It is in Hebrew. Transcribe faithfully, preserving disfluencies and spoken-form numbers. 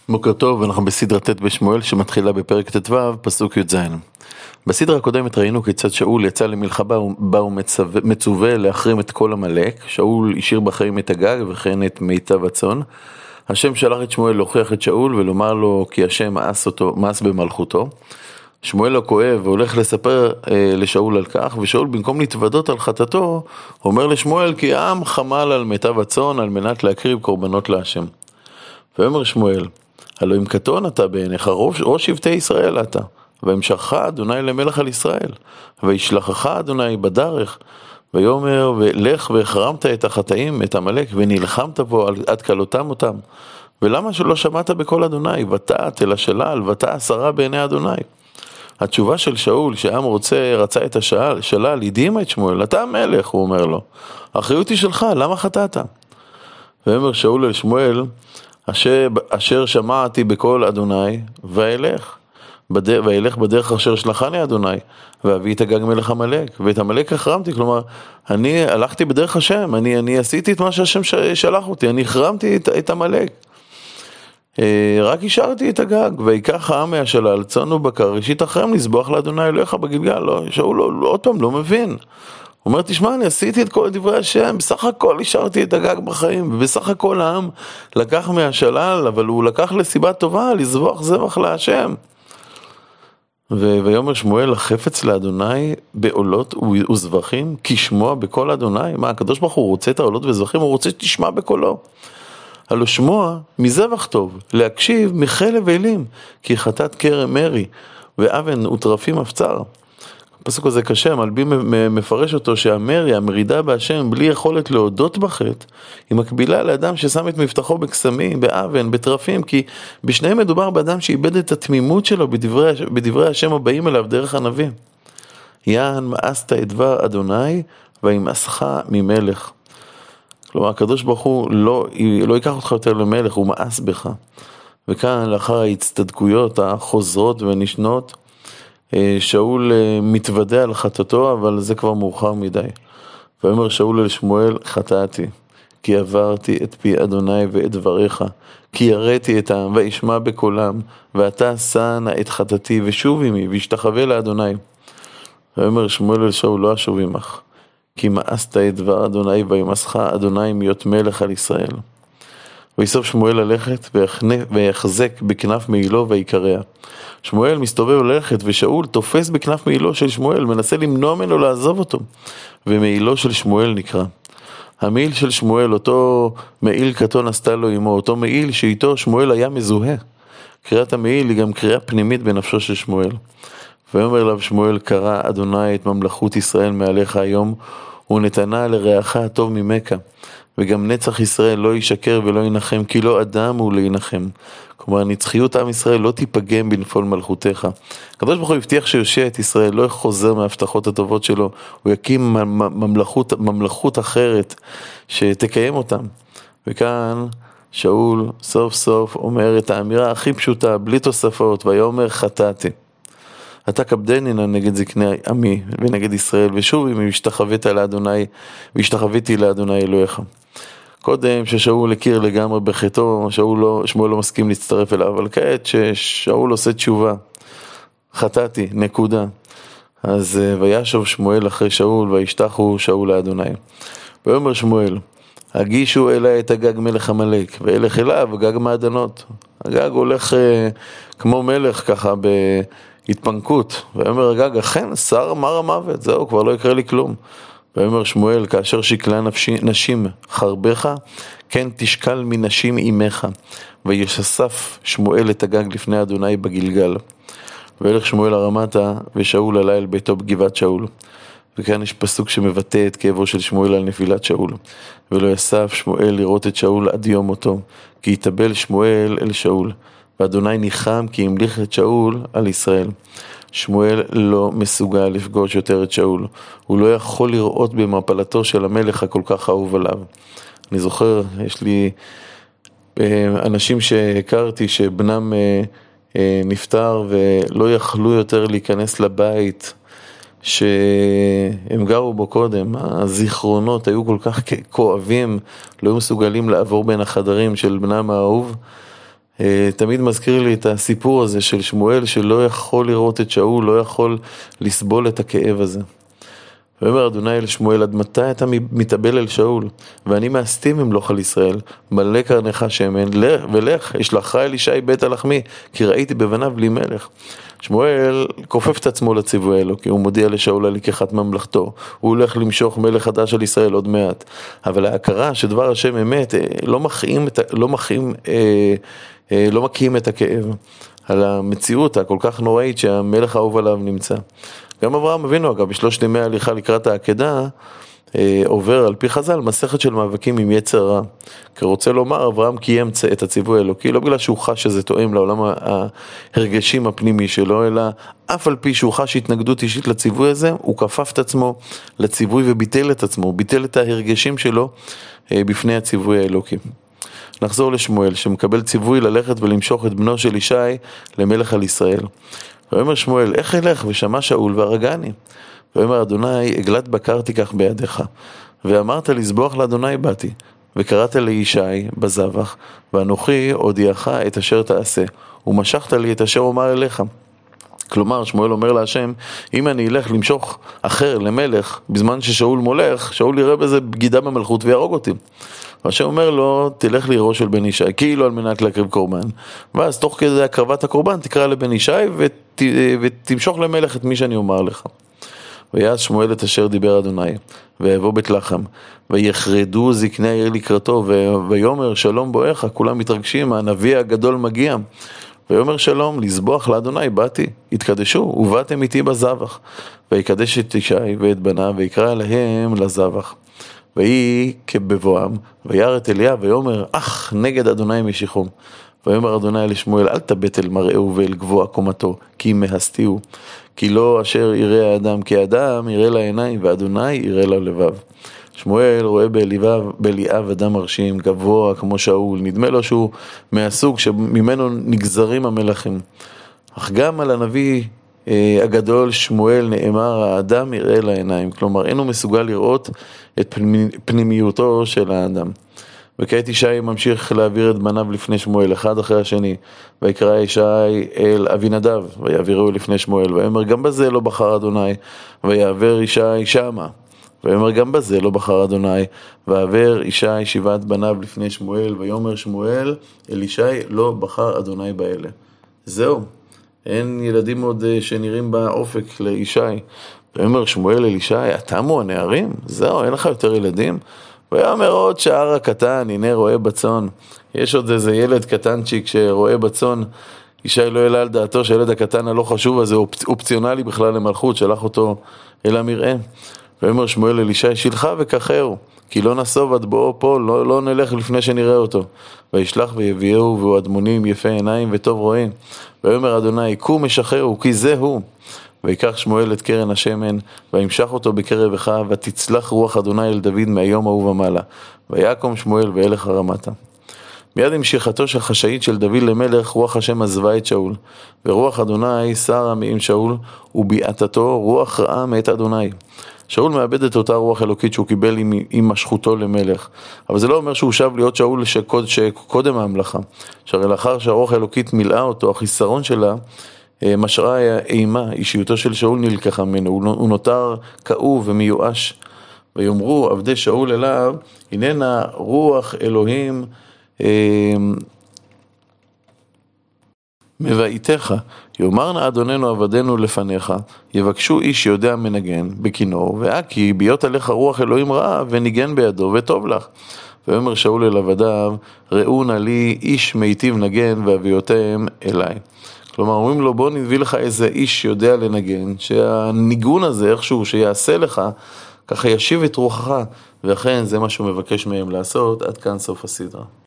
בוקר טוב, אנחנו בסדרה ט' בשמואל שמתחילה בפרק ט"ו, פסוק י"ז. בסדרה הקודמת ראינו כיצד שאול יצא למלחמה בה הוא מצווה להחרים את כל עמלק. שאול השאיר בחיים את הגג וכן את מיטב הצאן. השם שלח את שמואל להוכיח את שאול ולומר לו כי השם מאס אותו, מאס במלכותו. שמואל לא כואב והולך לספר אה, לשאול על כך, ושאול במקום להתוודות על חטאתו אומר לשמואל כי העם חמל על מיטב הצאן על מנת להקריב קורבנות להשם. ואומר שמואל, הלא אם קטון אתה בעיניך, ראש שבטי ישראל אתה, והמשכך אדוני למלך על ישראל, וישלחך אדוני בדרך, ויאמר ולך והחרמת את החטאים, את עמלק, ונלחמת בו עד כלותם אותם. ולמה שלא שמעת בקול אדוני, ותעת אל השלל, ותע שרה בעיני אדוני? התשובה של שאול, שהעם רוצה, רצה את השלל, הדהימה את שמואל, אתה המלך, הוא אומר לו, האחריות היא שלך, למה חטאת? ואומר שאול אל שמואל, אשר, אשר שמעתי בקול אדוני, ואלך, בד... ואלך בדרך אשר שלחני אדוני, ואביא את הגג מלך עמלק, ואת עמלק החרמתי, כלומר, אני הלכתי בדרך השם, אני, אני עשיתי את מה שהשם שלח אותי, אני החרמתי את, את עמלק. רק השארתי את הגג, ויקח העם מהשלל, צאן ובקר, ראשית אחריהם לזבוח לאדוני אלוהיך בגלגל. לא, שאול לא, לא, עוד פעם לא מבין. הוא אומר, תשמע, אני עשיתי את כל דברי השם, בסך הכל השארתי את הגג בחיים, ובסך הכל העם לקח מהשלל, אבל הוא לקח לסיבה טובה, לזבוח זבח להשם. ו- ויאמר שמואל, החפץ לאדוני בעולות וזבחים, כי שמוע בקול אדוני. מה, הקדוש ברוך הוא רוצה את העולות וזבחים, הוא רוצה שתשמע בקולו. הלא שמוע מזבח טוב, להקשיב מחלב אלים, כי חטאת כרם מרי, ואבן וטרפים אפצר. הפסוק הזה קשה, המלבי מפרש אותו שהמרי, המרידה בהשם, בלי יכולת להודות בחטא, היא מקבילה לאדם ששם את מבטחו בקסמים, באבן, בטרפים, כי בשניהם מדובר באדם שאיבד את התמימות שלו בדברי, בדברי השם הבאים אליו דרך הנביא. יען מאסת את דבר אדוני, וימאסך ממלך. כלומר, הקדוש ברוך הוא לא, לא ייקח אותך יותר למלך, הוא מאס בך. וכאן, לאחר ההצטדקויות החוזרות ונשנות, שאול מתוודע על חטאתו, אבל זה כבר מאוחר מדי. ואומר שאול אל שמואל, חטאתי, כי עברתי את פי אדוני ואת דבריך, כי יראתי את העם וישמע בקולם, ואתה שנא את חטאתי ושוב עמי, וישתחווה לאדוני. ואומר שמואל אל שאול, לא אשוב עמך, כי מאסת את דבר אדוני וימאסך אדוני להיות מלך על ישראל. ויסוף שמואל ללכת ויחזק בכנף מעילו ויקרע. שמואל מסתובב ללכת ושאול תופס בכנף מעילו של שמואל, מנסה למנוע ממנו לעזוב אותו, ומעילו של שמואל נקרא. המעיל של שמואל, אותו מעיל קטון עשתה לו עמו, אותו מעיל שאיתו שמואל היה מזוהה. קריאת המעיל היא גם קריאה פנימית בנפשו של שמואל. ואומר אליו שמואל, קרא אדוני את ממלכות ישראל מעליך היום, ונתנה לרעך הטוב ממך, וגם נצח ישראל לא ישקר ולא ינחם, כי לא אדם הוא להינחם. כלומר, נצחיות עם ישראל לא תיפגם בנפול מלכותך. הקדוש ברוך הוא הבטיח שיושיע את ישראל, לא יחוזר מההבטחות הטובות שלו, הוא יקים ממלכות, ממלכות אחרת שתקיים אותם. וכאן שאול סוף סוף אומר את האמירה הכי פשוטה, בלי תוספות, ויאמר חטאתי. אתה כבדני נא נגד זקני עמי ונגד ישראל, ושוב אם השתחווית לאדוני, והשתחוויתי לאדוני אלוהיך. קודם ששאול הכיר לגמרי בחטאו, שאול לא, שמואל לא מסכים להצטרף אליו, אבל כעת ששאול עושה תשובה, חטאתי, נקודה. אז וישוב שמואל אחרי שאול, וישתחו שאול לאדוני. ויאמר שמואל, הגישו אליי את הגג מלך עמלק, ואלך אליו הגג מעדנות. הגג הולך אה, כמו מלך ככה ב... התפנקות, ואומר הגג, אכן, שר מר המוות, זהו, כבר לא יקרה לי כלום. ואומר שמואל, כאשר שקלה נפשי, נשים חרבך, כן תשקל מנשים אימך, וישסף שמואל את הגג לפני אדוני בגלגל. והלך שמואל הרמתה, ושאול עלה אל ביתו בגבעת שאול. וכאן יש פסוק שמבטא את כאבו של שמואל על נפילת שאול. ולא יסף שמואל לראות את שאול עד יום מותו, כי יתאבל שמואל אל שאול. ואדוני ניחם כי המליך את שאול על ישראל. שמואל לא מסוגל לפגוש יותר את שאול. הוא לא יכול לראות במפלתו של המלך הכל כך אהוב עליו. אני זוכר, יש לי אנשים שהכרתי שבנם נפטר ולא יכלו יותר להיכנס לבית שהם גרו בו קודם. הזיכרונות היו כל כך כואבים, לא היו מסוגלים לעבור בין החדרים של בנם האהוב. תמיד מזכיר לי את הסיפור הזה של שמואל שלא יכול לראות את שאול, לא יכול לסבול את הכאב הזה. ואומר אדוני אל שמואל, עד מתי אתה מתאבל אל שאול? ואני מאסתים ממלוך על ישראל, מלא קרנך שמן, ולך, אשלחך אל ישי בית הלחמי, כי ראיתי בבניו לי מלך. שמואל כופף את עצמו לציווי אלוקי, הוא מודיע לשאול על לקיחת ממלכתו, הוא הולך למשוך מלך חדש על ישראל עוד מעט. אבל ההכרה שדבר השם אמת, לא מחיים, לא מחיים, לא מקים את הכאב על המציאות הכל כך נוראית שהמלך האהוב עליו נמצא. גם אברהם אבינו, אגב, בשלושת ימי ההליכה לקראת העקדה, אה, עובר על פי חז"ל מסכת של מאבקים עם יצר רע. כי רוצה לומר, אברהם קיים את הציווי האלוקי, לא בגלל שהוא חש שזה תואם לעולם ההרגשים הפנימי שלו, אלא אף על פי שהוא חש התנגדות אישית לציווי הזה, הוא כפף את עצמו לציווי וביטל את עצמו, הוא ביטל את ההרגשים שלו אה, בפני הציווי האלוקי. נחזור לשמואל, שמקבל ציווי ללכת ולמשוך את בנו של ישי למלך על ישראל. ואומר שמואל, איך אלך? ושמע שאול והרגני. ואומר אדוני, עגלת בקר תיקח בידיך. ואמרת לזבוח לאדוני באתי. וקראת לי ישי בזבח, ואנוכי הודיעך את אשר תעשה. ומשכת לי את אשר אומר אליך. כלומר, שמואל אומר להשם, אם אני אלך למשוך אחר למלך, בזמן ששאול מולך, שאול יראה בזה בגידה במלכות ויהרוג אותי. והשם אומר לו, תלך לירו של בן ישי, כאילו על מנת להקריב קורבן. ואז תוך כדי הקרבת הקורבן, תקרא לבן ישי ות, ותמשוך למלך את מי שאני אומר לך. ויעש שמואל את אשר דיבר אדוני, ויבוא בית לחם, ויחרדו זקני העיר לקראתו, ויאמר שלום בואך, כולם מתרגשים, הנביא הגדול מגיע. ויאמר שלום, לזבוח לאדוני באתי, התקדשו, ובאתם איתי בזבח. ויקדש את ישי ואת בניו, ויקרא להם לזבח. ויהי כבבואם, וירא את אליה, ויאמר, אך נגד אדוני משיחום. ויאמר אדוני לשמואל, אל תבט אל מראהו ואל גבוה קומתו, כי מהסתיהו. כי לא אשר יראה האדם כאדם, יראה לעיניים, ואדוני יראה ללבב. שמואל רואה באליאב אדם מרשים, גבוה כמו שאול, נדמה לו שהוא מהסוג שממנו נגזרים המלכים. אך גם על הנביא הגדול שמואל נאמר, האדם יראה לעיניים, כלומר אינו מסוגל לראות את פנימיותו של האדם. וכעת ישי ממשיך להעביר את בניו לפני שמואל, אחד אחרי השני, ויקרא ישי אל אבינדב, ויעבירו לפני שמואל, ויאמר גם בזה לא בחר אדוני, ויעבר ישי שמה, ויאמר גם בזה לא בחר אדוני, ועבר ישי שבעת בניו לפני שמואל, ויאמר שמואל אל ישי לא בחר אדוני באלה. זהו, אין ילדים עוד שנראים באופק לישי. ויאמר שמואל אל ישי, תמו הנערים? זהו, אין לך יותר ילדים? ויאמר עוד שער הקטן, הנה רואה בצאן. יש עוד איזה ילד קטנצ'יק שרואה בצאן, ישי לא העלה על דעתו שהילד הקטן הלא חשוב הזה, אופציונלי בכלל למלכות, שלח אותו אל המראה. ויאמר שמואל אל ישי, שילחה וכחהו, כי לא נסוב עד בואו פה, לא, לא נלך לפני שנראה אותו. וישלח ויביאהו, והוא אדמונים יפה עיניים וטוב רואים. ויאמר אדוני, קום משחררו, כי זה הוא. ויקח שמואל את קרן השמן, וימשך אותו בקרב אחיו, ותצלח רוח אדוני אל דוד מהיום ההוא ומעלה. ויקום שמואל וילך הרמתה. מיד עם משיכתו של חשאית של דוד למלך, רוח השם עזבה את שאול, ורוח אדוני סרה מעם שאול, וביעתתו רוח רעה מאת אדוני. שאול מאבד את אותה רוח אלוקית שהוא קיבל עם, עם משכותו למלך, אבל זה לא אומר שהוא שב להיות שאול שקוד, שקודם ההמלכה, שהרי לאחר שהרוח האלוקית מילאה אותו, החיסרון שלה משרה אימה, אישיותו של שאול נלקחה ממנו, הוא נותר כאוב ומיואש. ויאמרו עבדי שאול אליו, הננה רוח אלוהים מבעיתך, יאמרנה אדוננו עבדנו לפניך, יבקשו איש יודע מנגן בכינור, והקי ביות עליך רוח אלוהים רעה וניגן בידו וטוב לך. ואומר שאול אל עבדיו, ראו נא לי איש מיטיב נגן ואביותיהם אליי. כלומר, אומרים לו, בוא נביא לך איזה איש יודע לנגן, שהניגון הזה איכשהו שיעשה לך, ככה ישיב את רוחך, ואכן זה מה שהוא מבקש מהם לעשות. עד כאן סוף הסדרה.